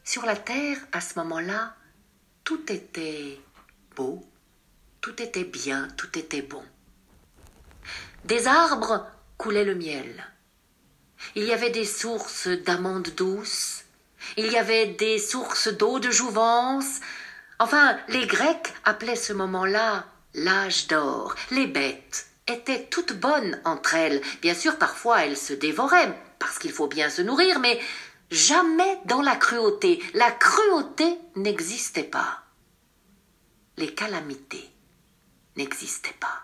Sur la terre, à ce moment-là, tout était beau, tout était bien, tout était bon. Des arbres coulait le miel. Il y avait des sources d'amandes douces, il y avait des sources d'eau de jouvence. Enfin, les Grecs appelaient ce moment-là l'âge d'or. Les bêtes étaient toutes bonnes entre elles. Bien sûr, parfois elles se dévoraient, parce qu'il faut bien se nourrir, mais jamais dans la cruauté. La cruauté n'existait pas. Les calamités n'existaient pas.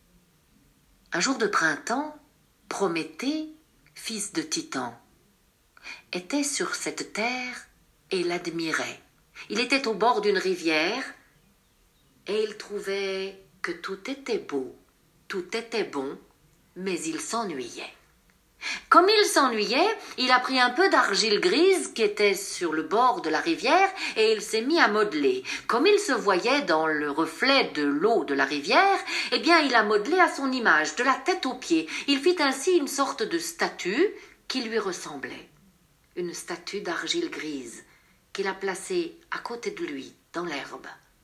Un jour de printemps, Prométhée, fils de Titan, était sur cette terre et l'admirait. Il était au bord d'une rivière et il trouvait que tout était beau, tout était bon, mais il s'ennuyait. Comme il s'ennuyait, il a pris un peu d'argile grise qui était sur le bord de la rivière et il s'est mis à modeler. Comme il se voyait dans le reflet de l'eau de la rivière, eh bien il a modelé à son image, de la tête aux pieds. Il fit ainsi une sorte de statue qui lui ressemblait. Une statue d'argile grise qu'il a placée à côté de lui, dans l'herbe.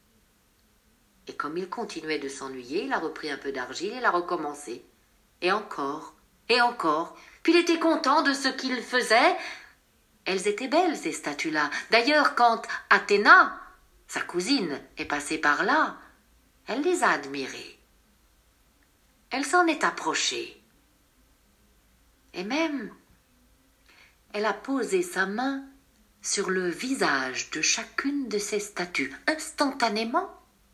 Et comme il continuait de s'ennuyer, il a repris un peu d'argile et l'a recommencé. Et encore, puis il était content de ce qu'il faisait. Elles étaient belles, ces statues-là. D'ailleurs, quand Athéna, sa cousine, est passée par là, elle les a admirées. Elle s'en est approchée. Et même, elle a posé sa main sur le visage de chacune de ces statues. Instantanément,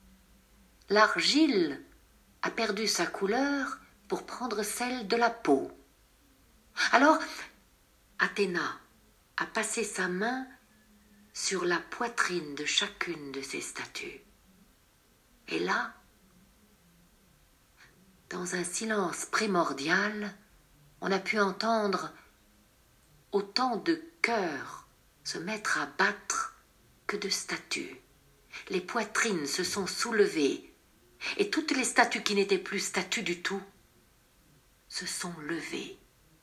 l'argile a perdu sa couleur pour prendre celle de la peau. Alors, Athéna a passé sa main sur la poitrine de chacune de ces statues. Et là, dans un silence primordial, on a pu entendre autant de cœurs se mettre à battre que de statues. Les poitrines se sont soulevées et toutes les statues qui n'étaient plus statues du tout se sont levées.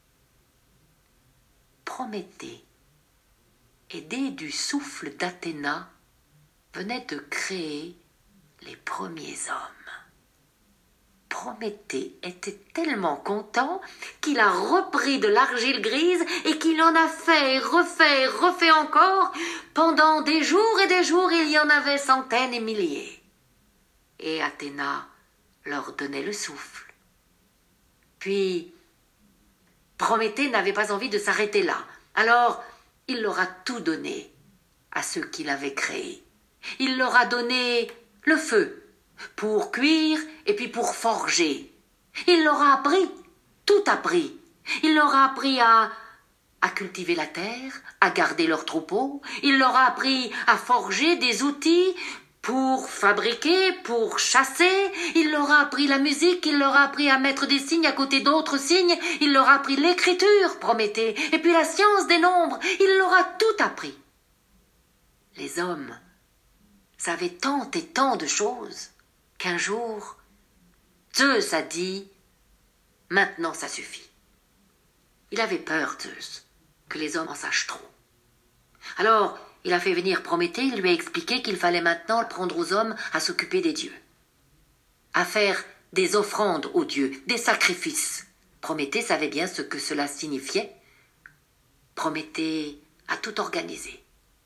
Prométhée, aidé du souffle d'Athéna, venait de créer les premiers hommes. Prométhée était tellement content qu'il a repris de l'argile grise et qu'il en a fait, refait encore. Pendant des jours et des jours, il y en avait centaines et milliers. Et Athéna leur donnait le souffle. Puis, Prométhée n'avait pas envie de s'arrêter là. Alors, il leur a tout donné à ceux qu'il avait créés. Il leur a donné le feu pour cuire et puis pour forger. Il leur a appris, tout appris. Il leur a appris à cultiver la terre, à garder leurs troupeaux. Il leur a appris à forger des outils pour fabriquer, pour chasser. Il leur a appris la musique, il leur a appris à mettre des signes à côté d'autres signes. Il leur a appris l'écriture, Prométhée, et puis la science des nombres. Il leur a tout appris. Les hommes savaient tant et tant de choses qu'un jour, Zeus a dit « Maintenant ça suffit ». Il avait peur, Zeus, que les hommes en sachent trop. Alors, il a fait venir Prométhée, il lui a expliqué qu'il fallait maintenant prendre aux hommes à s'occuper des dieux, à faire des offrandes aux dieux, des sacrifices. Prométhée savait bien ce que cela signifiait. Prométhée a tout organisé.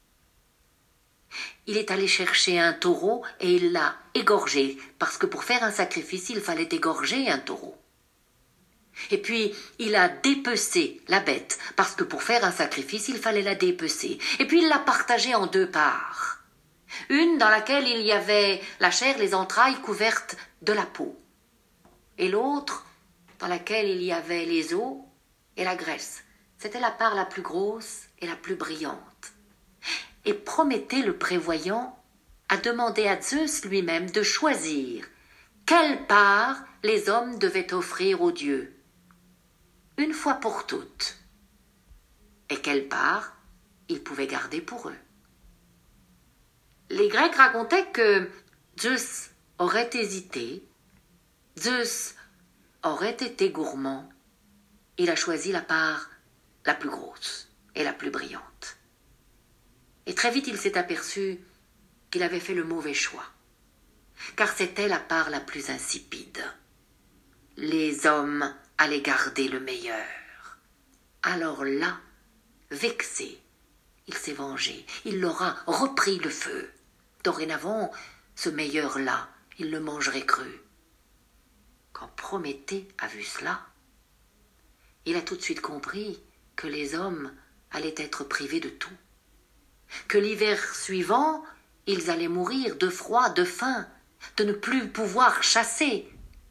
Il est allé chercher un taureau et il l'a égorgé, parce que pour faire un sacrifice, il fallait égorger un taureau. Et puis, il a dépecé la bête, parce que pour faire un sacrifice, il fallait la dépecer. Et puis, il l'a partagée en 2 parts. Une dans laquelle il y avait la chair, les entrailles couvertes de la peau. Et l'autre dans laquelle il y avait les os et la graisse. C'était la part la plus grosse et la plus brillante. Et Prométhée, le prévoyant, a demandé à Zeus lui-même de choisir quelle part les hommes devaient offrir aux dieux, une fois pour toutes, et quelle part ils pouvaient garder pour eux. Les Grecs racontaient que Zeus aurait hésité, Zeus aurait été gourmand, il a choisi la part la plus grosse et la plus brillante. Et très vite il s'est aperçu qu'il avait fait le mauvais choix, car c'était la part la plus insipide. Les hommes allaient garder le meilleur. Alors là, vexé, il s'est vengé, il leur a repris le feu. Dorénavant, ce meilleur-là, il le mangerait cru. Quand Prométhée a vu cela, il a tout de suite compris que les hommes allaient être privés de tout, que l'hiver suivant, ils allaient mourir de froid, de faim, de ne plus pouvoir chasser.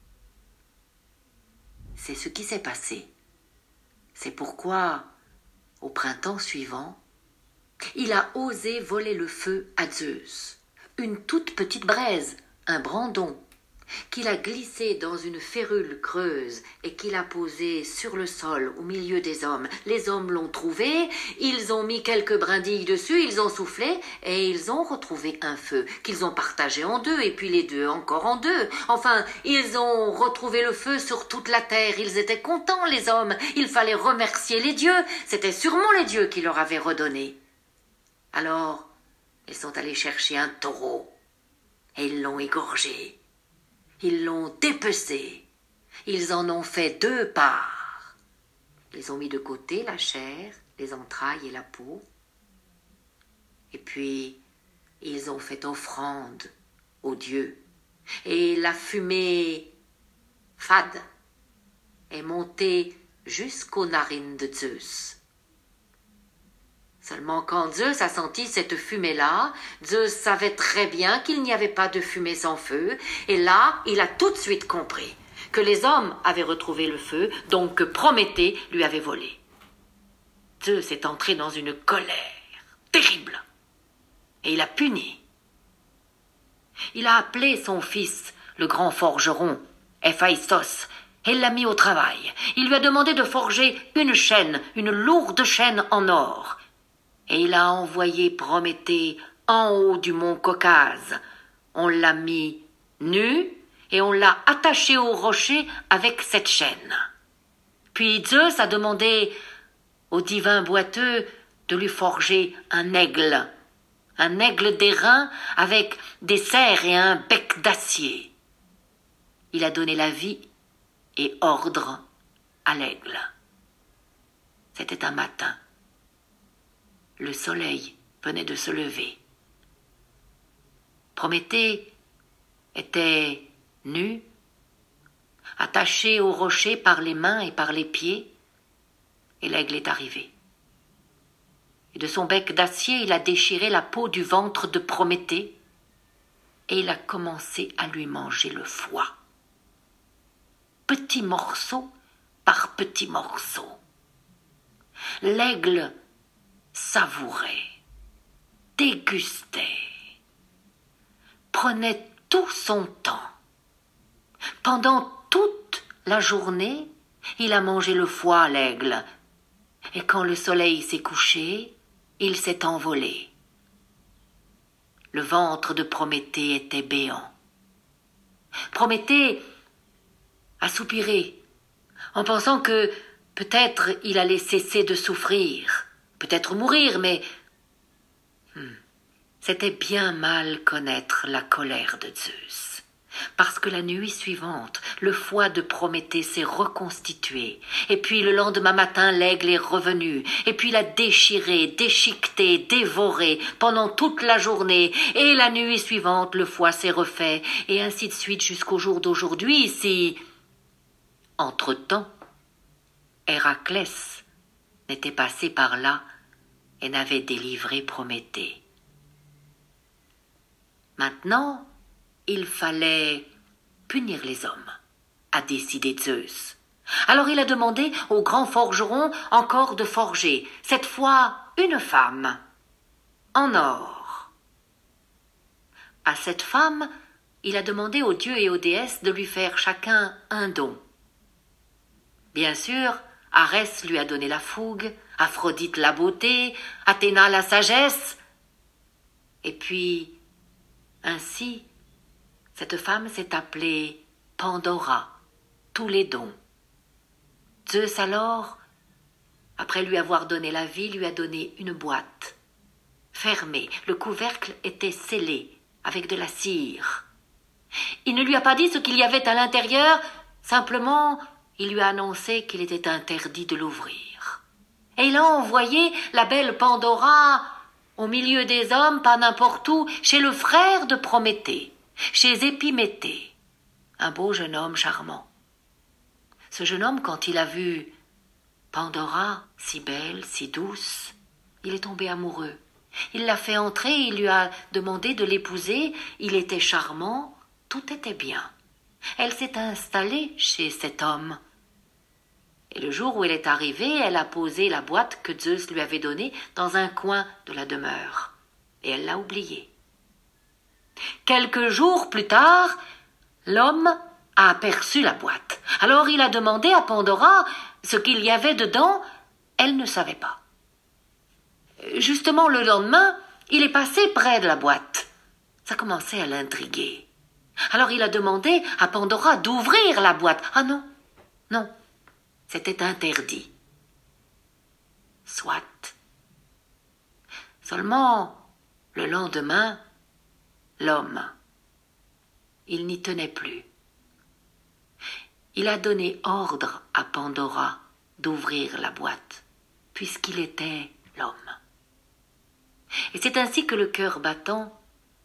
C'est ce qui s'est passé. C'est pourquoi, au printemps suivant, il a osé voler le feu à Zeus, une toute petite braise, un brandon, qu'il a glissé dans une férule creuse et qu'il a posé sur le sol au milieu des hommes. Les hommes l'ont trouvé, ils ont mis quelques brindilles dessus, ils ont soufflé et ils ont retrouvé un feu qu'ils ont partagé en deux et puis les deux encore en deux. Enfin, ils ont retrouvé le feu sur toute la terre. Ils étaient contents, les hommes. Il fallait remercier les dieux. C'était sûrement les dieux qui leur avaient redonné. Alors, ils sont allés chercher un taureau et ils l'ont égorgé. Ils l'ont dépecé. Ils en ont fait 2 parts. Ils ont mis de côté la chair, les entrailles et la peau. Et puis, ils ont fait offrande aux dieux. Et la fumée fade est montée jusqu'aux narines de Zeus. Seulement quand Zeus a senti cette fumée-là, Zeus savait très bien qu'il n'y avait pas de fumée sans feu, et là, il a tout de suite compris que les hommes avaient retrouvé le feu, donc que Prométhée lui avait volé. Zeus est entré dans une colère terrible, et il a puni. Il a appelé son fils, le grand forgeron, Héphaïstos, et l'a mis au travail. Il lui a demandé de forger une chaîne, une lourde chaîne en or. Et il a envoyé Prométhée en haut du mont Caucase. On l'a mis nu et on l'a attaché au rocher avec cette chaîne. Puis Zeus a demandé au divin boiteux de lui forger un aigle d'airain avec des serres et un bec d'acier. Il a donné la vie et ordre à l'aigle. C'était un matin. Le soleil venait de se lever. Prométhée était nu, attaché au rocher par les mains et par les pieds, et l'aigle est arrivé. Et de son bec d'acier, il a déchiré la peau du ventre de Prométhée, et il a commencé à lui manger le foie. Petit morceau par petit morceau. L'aigle savourait, dégustait, prenait tout son temps. Pendant toute la journée, il a mangé le foie, l'aigle, et quand le soleil s'est couché, il s'est envolé. Le ventre de Prométhée était béant. Prométhée a soupiré, en pensant que peut-être il allait cesser de souffrir. Peut-être mourir, mais c'était bien mal connaître la colère de Zeus. Parce que la nuit suivante, le foie de Prométhée s'est reconstitué. Et puis le lendemain matin, l'aigle est revenu. Et puis il a déchiré, déchiqueté, dévoré pendant toute la journée. Et la nuit suivante, le foie s'est refait. Et ainsi de suite jusqu'au jour d'aujourd'hui, si, entre-temps, Héraclès n'était passé par là et n'avait délivré Prométhée. Maintenant, il fallait punir les hommes, a décidé Zeus. Alors il a demandé au grand forgeron encore de forger, cette fois une femme, en or. À cette femme, il a demandé aux dieux et aux déesses de lui faire chacun un don. Bien sûr, Arès lui a donné la fougue, Aphrodite la beauté, Athéna la sagesse. Et puis, ainsi, cette femme s'est appelée Pandora, tous les dons. Zeus alors, après lui avoir donné la vie, lui a donné une boîte fermé. Le couvercle était scellé avec de la cire. Il ne lui a pas dit ce qu'il y avait à l'intérieur, simplement il lui a annoncé qu'il était interdit de l'ouvrir. Et il a envoyé la belle Pandora au milieu des hommes, pas n'importe où, chez le frère de Prométhée, chez Épiméthée, un beau jeune homme charmant. Ce jeune homme, quand il a vu Pandora, si belle, si douce, il est tombé amoureux. Il l'a fait entrer, il lui a demandé de l'épouser, il était charmant, tout était bien. Elle s'est installée chez cet homme. Et le jour où elle est arrivée, elle a posé la boîte que Zeus lui avait donnée dans un coin de la demeure. Et elle l'a oubliée. Quelques jours plus tard, l'homme a aperçu la boîte. Alors il a demandé à Pandora ce qu'il y avait dedans. Elle ne savait pas. Justement, le lendemain, il est passé près de la boîte. Ça commençait à l'intriguer. Alors il a demandé à Pandora d'ouvrir la boîte. Ah non, non, c'était interdit. Soit. Seulement, le lendemain, l'homme, il n'y tenait plus. Il a donné ordre à Pandora d'ouvrir la boîte, puisqu'il était l'homme. Et c'est ainsi que le cœur battant,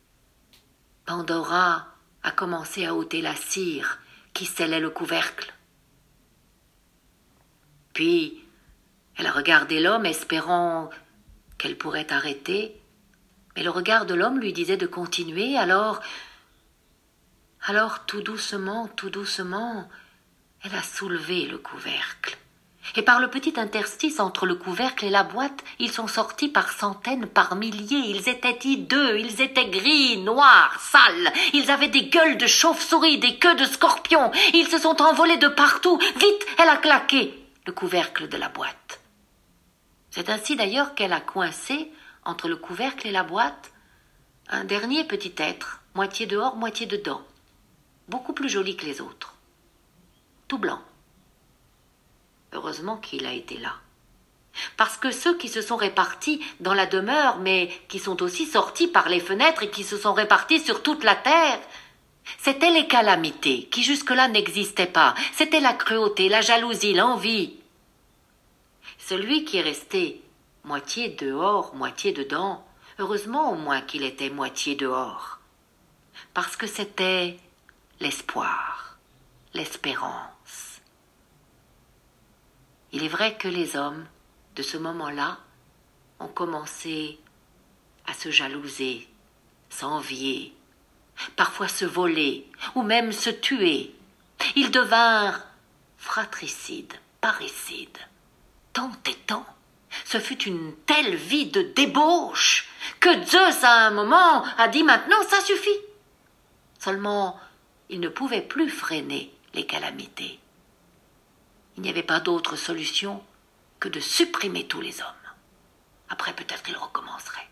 Pandora a commencé à ôter la cire qui scellait le couvercle. Puis, elle a regardé l'homme espérant qu'elle pourrait arrêter, mais le regard de l'homme lui disait de continuer, alors tout doucement, elle a soulevé le couvercle. Et par le petit interstice entre le couvercle et la boîte, ils sont sortis par centaines, par milliers. Ils étaient hideux, ils étaient gris, noirs, sales. Ils avaient des gueules de chauve-souris, des queues de scorpions. Ils se sont envolés de partout. Vite, elle a claqué le couvercle de la boîte. C'est ainsi d'ailleurs qu'elle a coincé, entre le couvercle et la boîte, un dernier petit être, moitié dehors, moitié dedans, beaucoup plus joli que les autres, tout blanc. Heureusement qu'il a été là. Parce que ceux qui se sont répartis dans la demeure, mais qui sont aussi sortis par les fenêtres et qui se sont répartis sur toute la terre, c'étaient les calamités qui jusque-là n'existaient pas. C'était la cruauté, la jalousie, l'envie. Celui qui est resté moitié dehors, moitié dedans, heureusement au moins qu'il était moitié dehors. Parce que c'était l'espoir, l'espérance. Il est vrai que les hommes, de ce moment-là, ont commencé à se jalouser, s'envier, parfois se voler, ou même se tuer. Ils devinrent fratricides, parricides. Tant et tant, ce fut une telle vie de débauche que Zeus, à un moment, a dit « Maintenant, ça suffit !» Seulement, il ne pouvait plus freiner les calamités. Il n'y avait pas d'autre solution que de supprimer tous les hommes. Après, peut-être qu'il recommencerait.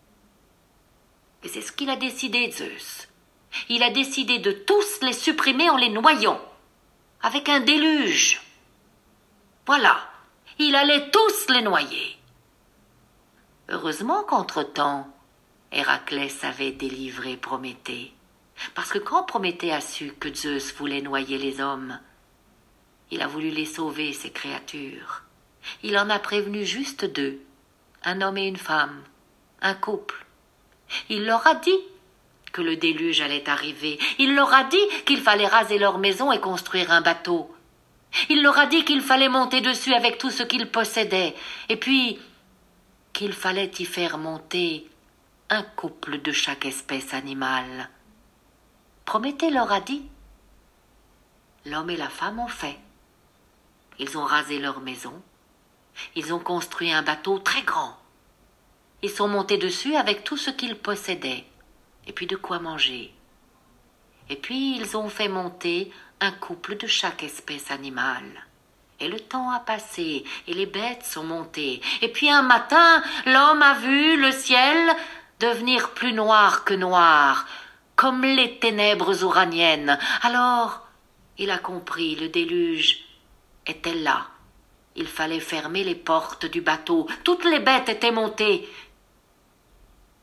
Et c'est ce qu'il a décidé, Zeus. Il a décidé de tous les supprimer en les noyant, avec un déluge. Voilà, il allait tous les noyer. Heureusement qu'entre-temps, Héraclès avait délivré Prométhée. Parce que quand Prométhée a su que Zeus voulait noyer les hommes, il a voulu les sauver, ces créatures. Il en a prévenu juste deux, un homme et une femme, un couple. Il leur a dit que le déluge allait arriver. Il leur a dit qu'il fallait raser leur maison et construire un bateau. Il leur a dit qu'il fallait monter dessus avec tout ce qu'ils possédaient, et puis qu'il fallait y faire monter un couple de chaque espèce animale. Prométhée leur a dit. L'homme et la femme ont fait. Ils ont rasé leur maison. Ils ont construit un bateau très grand. Ils sont montés dessus avec tout ce qu'ils possédaient, et puis de quoi manger. Et puis ils ont fait monter un couple de chaque espèce animale. Et le temps a passé, et les bêtes sont montées. Et puis un matin, l'homme a vu le ciel devenir plus noir que noir, comme les ténèbres ouraniennes. Alors, il a compris, le déluge était là. Il fallait fermer les portes du bateau. Toutes les bêtes étaient montées.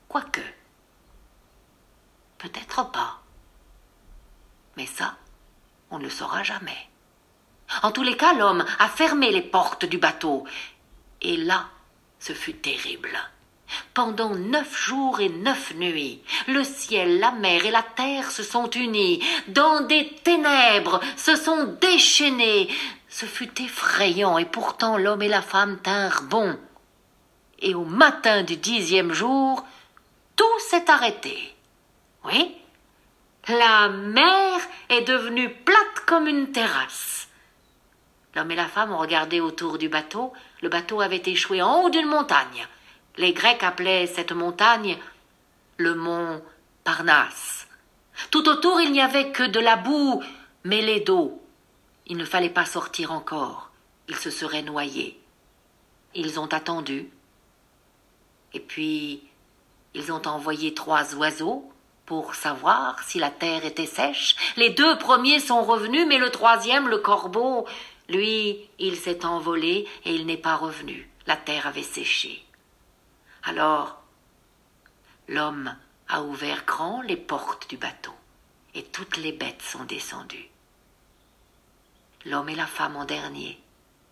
Quoique, peut-être pas. Mais ça, on ne le saura jamais. En tous les cas, l'homme a fermé les portes du bateau. Et là, ce fut terrible. Pendant 9 jours et 9 nuits, le ciel, la mer et la terre se sont unis. Dans des ténèbres, se sont déchaînés. Ce fut effrayant, et pourtant l'homme et la femme tinrent bon. Et au matin du 10e jour, tout s'est arrêté. Oui, la mer est devenue plate comme une terrasse. L'homme et la femme ont regardé autour du bateau. Le bateau avait échoué en haut d'une montagne. Les Grecs appelaient cette montagne le mont Parnasse. Tout autour, il n'y avait que de la boue mêlée d'eau. Il ne fallait pas sortir encore. Ils se seraient noyés. Ils ont attendu. Et puis, ils ont envoyé 3 oiseaux pour savoir si la terre était sèche. Les 2 premiers sont revenus, mais le 3e, le corbeau, lui, il s'est envolé et il n'est pas revenu. La terre avait séché. Alors, l'homme a ouvert grand les portes du bateau et toutes les bêtes sont descendues. L'homme et la femme en dernier.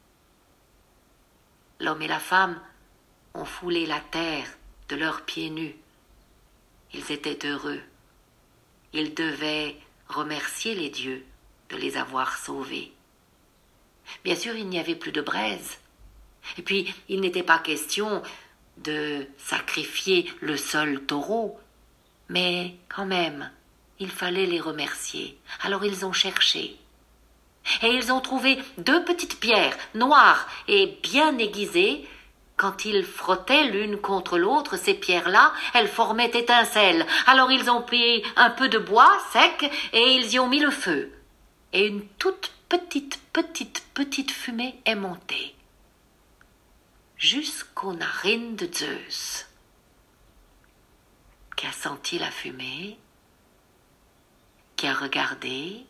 L'homme et la femme ont foulé la terre de leurs pieds nus. Ils étaient heureux. Ils devaient remercier les dieux de les avoir sauvés. Bien sûr, il n'y avait plus de braise. Et puis, il n'était pas question de sacrifier le seul taureau. Mais quand même, il fallait les remercier. Alors ils ont cherché. Et ils ont trouvé 2 petites pierres, noires et bien aiguisées. Quand ils frottaient l'une contre l'autre, ces pierres-là, elles formaient étincelles. Alors ils ont pris un peu de bois sec et ils y ont mis le feu. Et une toute petite fumée est montée jusqu'aux narines de Zeus, qui a senti la fumée, qui a regardé,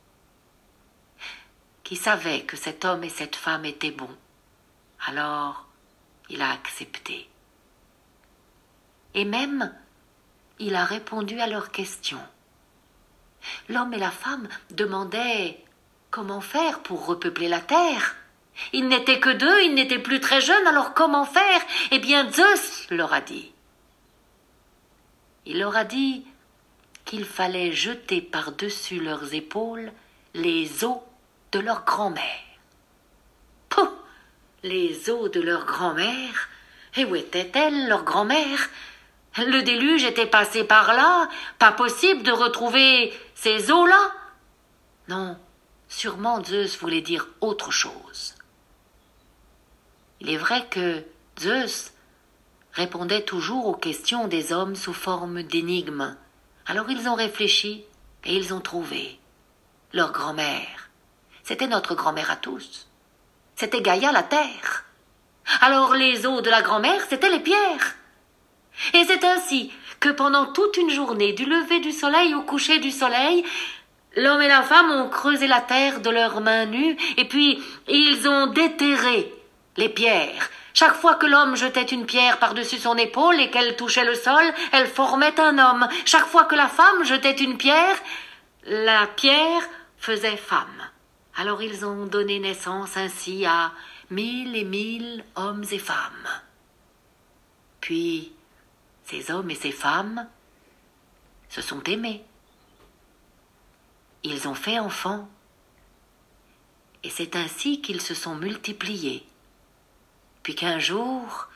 qui savait que cet homme et cette femme étaient bons. Alors, il a accepté. Et même, il a répondu à leurs questions. L'homme et la femme demandaient comment faire pour repeupler la terre. Ils n'étaient que 2, ils n'étaient plus très jeunes, alors comment faire? Eh bien, Zeus leur a dit. Il leur a dit qu'il fallait jeter par-dessus leurs épaules les os de leur grand-mère. Pouh! Les os de leur grand-mère? Et où était-elle, leur grand-mère? Le déluge était passé par là, pas possible de retrouver ces os-là? Non, sûrement Zeus voulait dire autre chose. Il est vrai que Zeus répondait toujours aux questions des hommes sous forme d'énigmes. Alors ils ont réfléchi et ils ont trouvé. Leur grand-mère, c'était notre grand-mère à tous. C'était Gaïa la terre. Alors les os de la grand-mère, c'étaient les pierres. Et c'est ainsi que pendant toute une journée, du lever du soleil au coucher du soleil, l'homme et la femme ont creusé la terre de leurs mains nues et puis ils ont déterré les pierres. Chaque fois que l'homme jetait une pierre par-dessus son épaule et qu'elle touchait le sol, elle formait un homme. Chaque fois que la femme jetait une pierre, la pierre faisait femme. Alors ils ont donné naissance ainsi à 1000 et 1000 hommes et femmes. Puis, ces hommes et ces femmes se sont aimés. Ils ont fait enfant. Et c'est ainsi qu'ils se sont multipliés. Puis qu'un jour,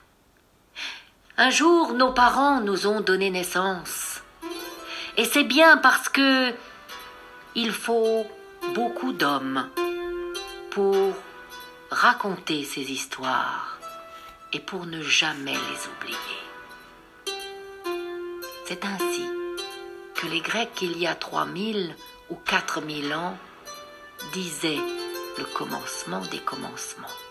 nos parents nous ont donné naissance. Et c'est bien parce que il faut beaucoup d'hommes pour raconter ces histoires et pour ne jamais les oublier. C'est ainsi que les Grecs, il y a 3000 ou 4000 ans, disaient le commencement des commencements.